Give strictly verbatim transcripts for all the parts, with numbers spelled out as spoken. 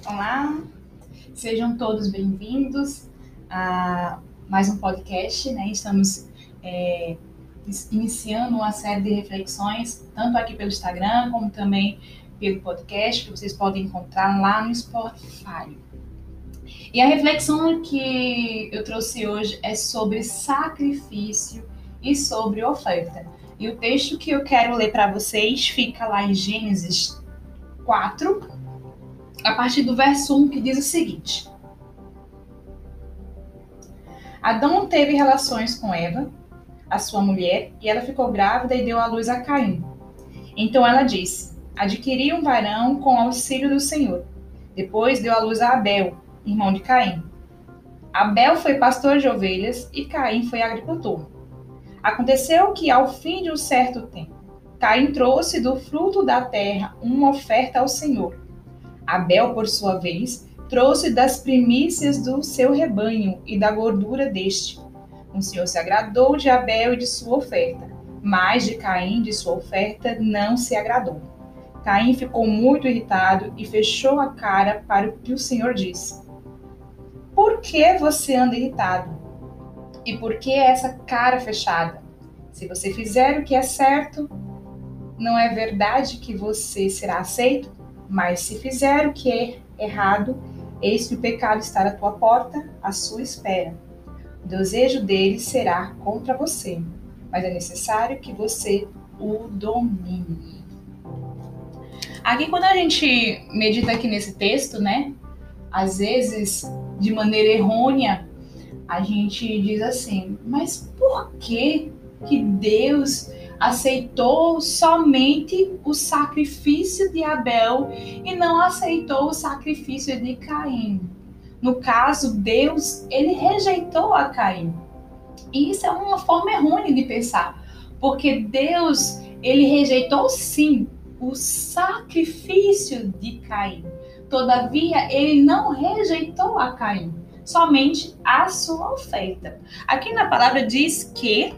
Olá, sejam todos bem-vindos a mais um podcast, né? Estamos é, iniciando uma série de reflexões, tanto aqui pelo Instagram, como também pelo podcast, que vocês podem encontrar lá no Spotify. E a reflexão que eu trouxe hoje é sobre sacrifício e sobre oferta. E o texto que eu quero ler para vocês fica lá em Gênesis quatro, a partir do verso um, que diz o seguinte: Adão teve relações com Eva, a sua mulher, e ela ficou grávida e deu à luz a Caim. Então ela disse: adquiri um varão com auxílio do Senhor. Depois deu à luz a Abel, irmão de Caim. Abel foi pastor de ovelhas e Caim foi agricultor. Aconteceu que, ao fim de um certo tempo, Caim trouxe do fruto da terra uma oferta ao Senhor. Abel, por sua vez, trouxe das primícias do seu rebanho e da gordura deste. O Senhor se agradou de Abel e de sua oferta, mas de Caim, de sua oferta, não se agradou. Caim ficou muito irritado e fechou a cara para o que o Senhor disse: Por que você anda irritado? E por que essa cara fechada? Se você fizer o que é certo, não é verdade que você será aceito? Mas se fizer o que é errado, eis que o pecado está à tua porta, à sua espera. O desejo dele será contra você, mas é necessário que você o domine. Aqui, quando a gente medita aqui nesse texto, né, às vezes, de maneira errônea, a gente diz assim: mas por que que Deus aceitou somente o sacrifício de Abel e não aceitou o sacrifício de Caim? No caso, Deus, ele rejeitou a Caim. E isso é uma forma errônea de pensar, porque Deus, ele rejeitou sim o sacrifício de Caim. Todavia, ele não rejeitou a Caim, somente a sua oferta. Aqui na palavra diz que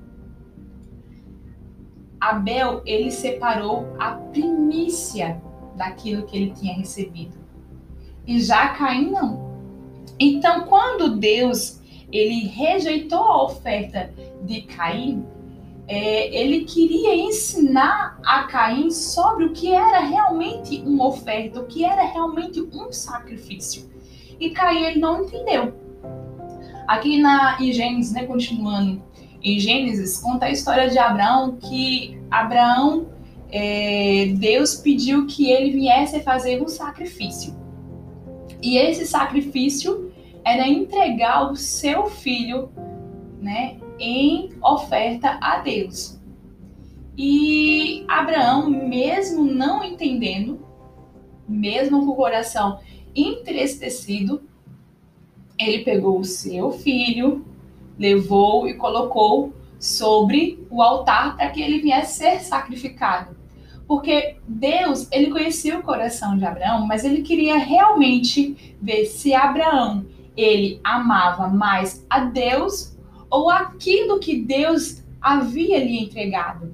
Abel, ele separou a primícia daquilo que ele tinha recebido. E já Caim não. Então, quando Deus, ele rejeitou a oferta de Caim, é, ele queria ensinar a Caim sobre o que era realmente uma oferta, o que era realmente um sacrifício. E Caim, ele não entendeu. Aqui na, em Gênesis, né, continuando, em Gênesis, conta a história de Abraão, que Abraão, é, Deus pediu que ele viesse fazer um sacrifício. E esse sacrifício era entregar o seu filho, né, em oferta a Deus. E Abraão, mesmo não entendendo, mesmo com o coração entristecido, ele pegou o seu filho, levou e colocou sobre o altar para que ele viesse ser sacrificado. Porque Deus, ele conhecia o coração de Abraão, mas ele queria realmente ver se Abraão, ele amava mais a Deus ou aquilo que Deus havia lhe entregado.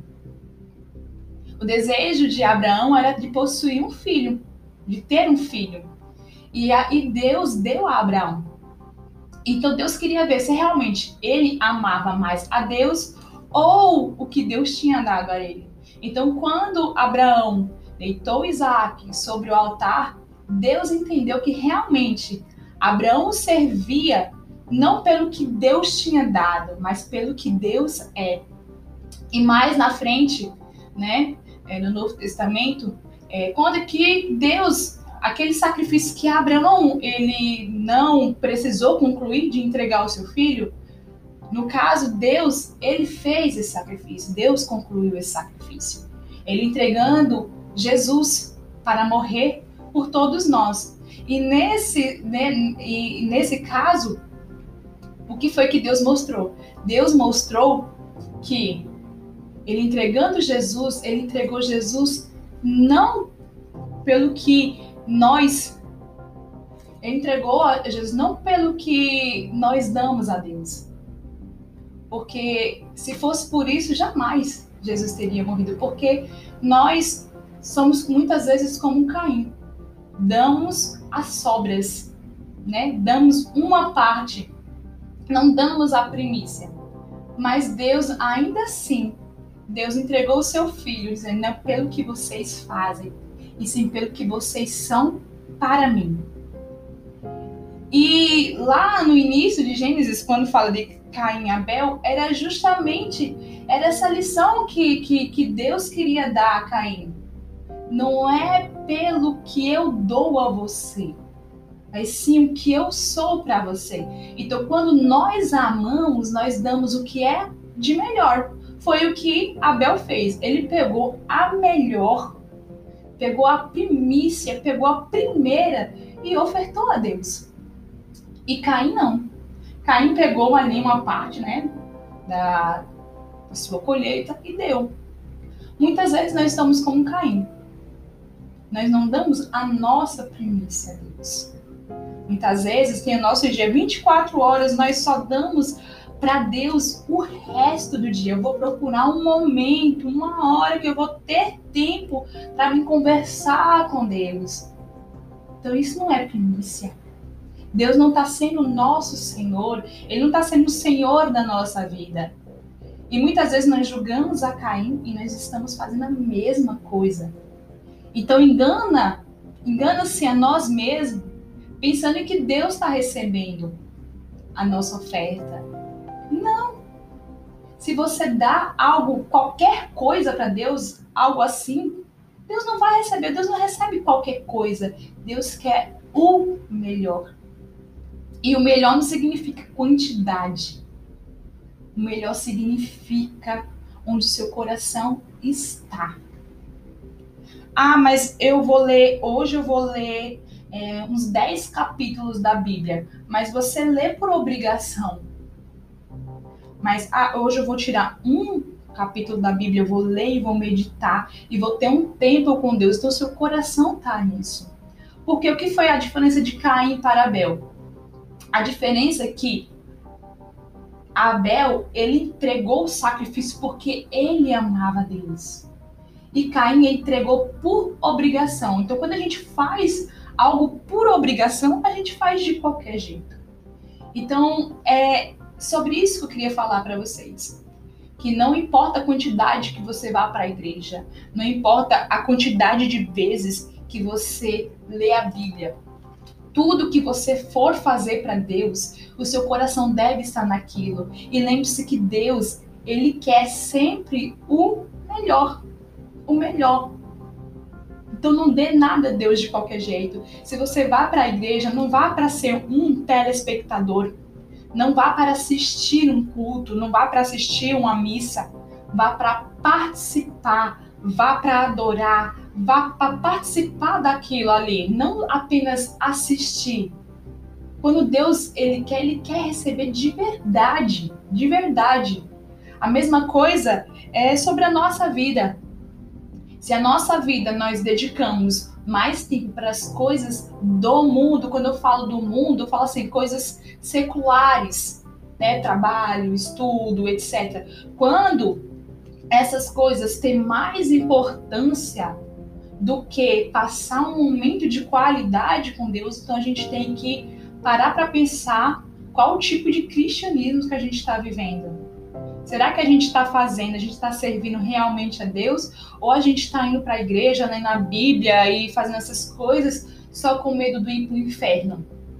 O desejo de Abraão era de possuir um filho, de ter um filho. E, a, e Deus deu a Abraão. Então Deus queria ver se realmente ele amava mais a Deus ou o que Deus tinha dado a ele. Então, quando Abraão deitou Isaac sobre o altar, Deus entendeu que realmente Abraão servia não pelo que Deus tinha dado, mas pelo que Deus é. E mais na frente, né, no Novo Testamento, é, conta que Deus, aquele sacrifício que Abraão, ele não precisou concluir de entregar o seu filho, no caso, Deus, ele fez esse sacrifício, Deus concluiu esse sacrifício. Ele entregando Jesus para morrer por todos nós. E nesse, né, e nesse caso, o que foi que Deus mostrou? Deus mostrou que ele entregando Jesus, ele entregou Jesus não pelo que nós, ele entregou a Jesus não pelo que nós damos a Deus. Porque se fosse por isso, jamais Jesus teria morrido. Porque nós somos muitas vezes como um Caim. Damos as sobras, né? Damos uma parte, não damos a primícia. Mas Deus, ainda assim, Deus entregou o seu filho, dizendo, não é pelo que vocês fazem, e sim pelo que vocês são para mim. E lá no início de Gênesis, quando fala de Caim e Abel, era justamente era essa lição que, que, que Deus queria dar a Caim. Não é pelo que eu dou a você, mas sim o que eu sou para você. Então, quando nós amamos, nós damos o que é de melhor. Foi o que Abel fez. Ele pegou a melhor, pegou a primícia, pegou a primeira e ofertou a Deus. E Caim não. Caim pegou ali uma parte, né, da sua colheita e deu. Muitas vezes nós estamos como Caim. Nós não damos a nossa primícia a Deus. Muitas vezes tem o nosso dia vinte e quatro horas, nós só damos para Deus o resto do dia. Eu vou procurar um momento, uma hora que eu vou ter tempo para me conversar com Deus. Então isso não é primícia. Deus não está sendo o nosso Senhor, Ele não está sendo o Senhor da nossa vida. E muitas vezes nós julgamos a Caim e nós estamos fazendo a mesma coisa. Então engana, engana-se a nós mesmos, pensando que Deus está recebendo a nossa oferta. Não. Se você dá algo, qualquer coisa para Deus, algo assim, Deus não vai receber, Deus não recebe qualquer coisa. Deus quer o melhor. E o melhor não significa quantidade. O melhor significa onde o seu coração está. Ah, mas eu vou ler, hoje eu vou ler é, uns dez capítulos da Bíblia. Mas você lê por obrigação. Mas ah, hoje eu vou tirar um capítulo da Bíblia, eu vou ler e vou meditar. E vou ter um tempo com Deus. Então, seu coração está nisso. Porque o que foi a diferença de Caim para Abel? A diferença é que Abel, ele entregou o sacrifício porque ele amava Deus. E Caim entregou por obrigação. Então, quando a gente faz algo por obrigação, a gente faz de qualquer jeito. Então, é sobre isso que eu queria falar para vocês. Que não importa a quantidade que você vá para a igreja, não importa a quantidade de vezes que você lê a Bíblia, tudo que você for fazer para Deus, o seu coração deve estar naquilo. E lembre-se que Deus, Ele quer sempre o melhor. O melhor. Então não dê nada a Deus de qualquer jeito. Se você vai para a igreja, não vá para ser um telespectador. Não vá para assistir um culto, não vá para assistir uma missa. Vá para participar, vá para adorar, vá para participar daquilo ali, não apenas assistir. Quando Deus ele quer, ele quer receber de verdade, de verdade. A mesma coisa é sobre a nossa vida. Se a nossa vida nós dedicamos mais tempo para as coisas do mundo, quando eu falo do mundo, eu falo assim, coisas seculares, né? Trabalho, estudo, etcétera. Quando essas coisas têm mais importância do que passar um momento de qualidade com Deus, então a gente tem que parar para pensar qual o tipo de cristianismo que a gente está vivendo. Será que a gente está fazendo, a gente está servindo realmente a Deus? Ou a gente está indo para a igreja, lendo a Bíblia e fazendo essas coisas só com medo de ir para o inferno?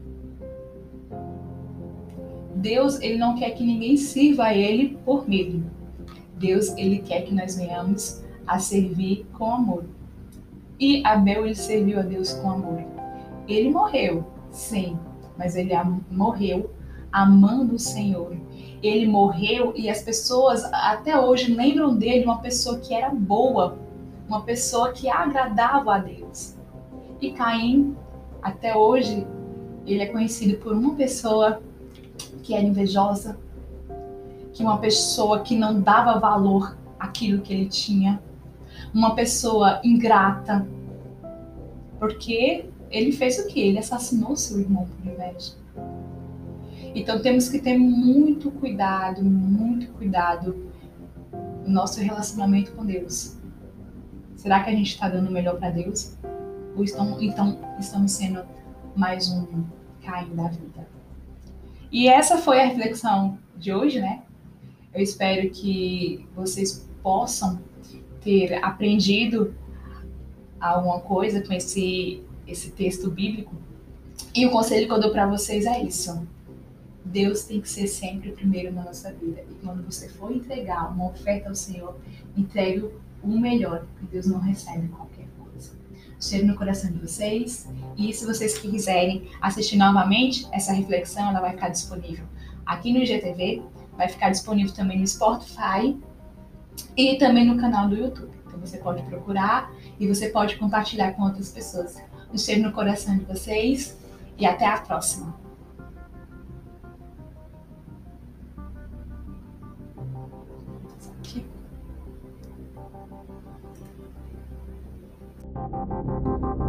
Deus, ele não quer que ninguém sirva a ele por medo. Deus, ele quer que nós venhamos a servir com amor. E Abel, ele serviu a Deus com amor. Ele morreu, sim, mas ele morreu amando o Senhor. Ele morreu e as pessoas até hoje lembram dele uma pessoa que era boa, uma pessoa que agradava a Deus. E Caim, até hoje, ele é conhecido por uma pessoa que era invejosa, que uma pessoa que não dava valor àquilo que ele tinha, uma pessoa ingrata, porque ele fez o quê? Ele assassinou seu irmão por inveja. Então temos que ter muito cuidado, muito cuidado no nosso relacionamento com Deus. Será que a gente está dando o melhor para Deus? Ou estamos, então estamos sendo mais um Caim da vida. E essa foi a reflexão de hoje, né? Eu espero que vocês possam ter aprendido alguma coisa com esse, esse texto bíblico. E o conselho que eu dou para vocês é isso. Deus tem que ser sempre o primeiro na nossa vida. E quando você for entregar uma oferta ao Senhor, entregue o melhor, porque Deus não recebe qualquer coisa. Cheiro no coração de vocês. E se vocês quiserem assistir novamente essa reflexão, ela vai ficar disponível aqui no I G T V, vai ficar disponível também no Spotify e também no canal do YouTube. Então você pode procurar e você pode compartilhar com outras pessoas. Um cheiro no coração de vocês e até a próxima. Aqui.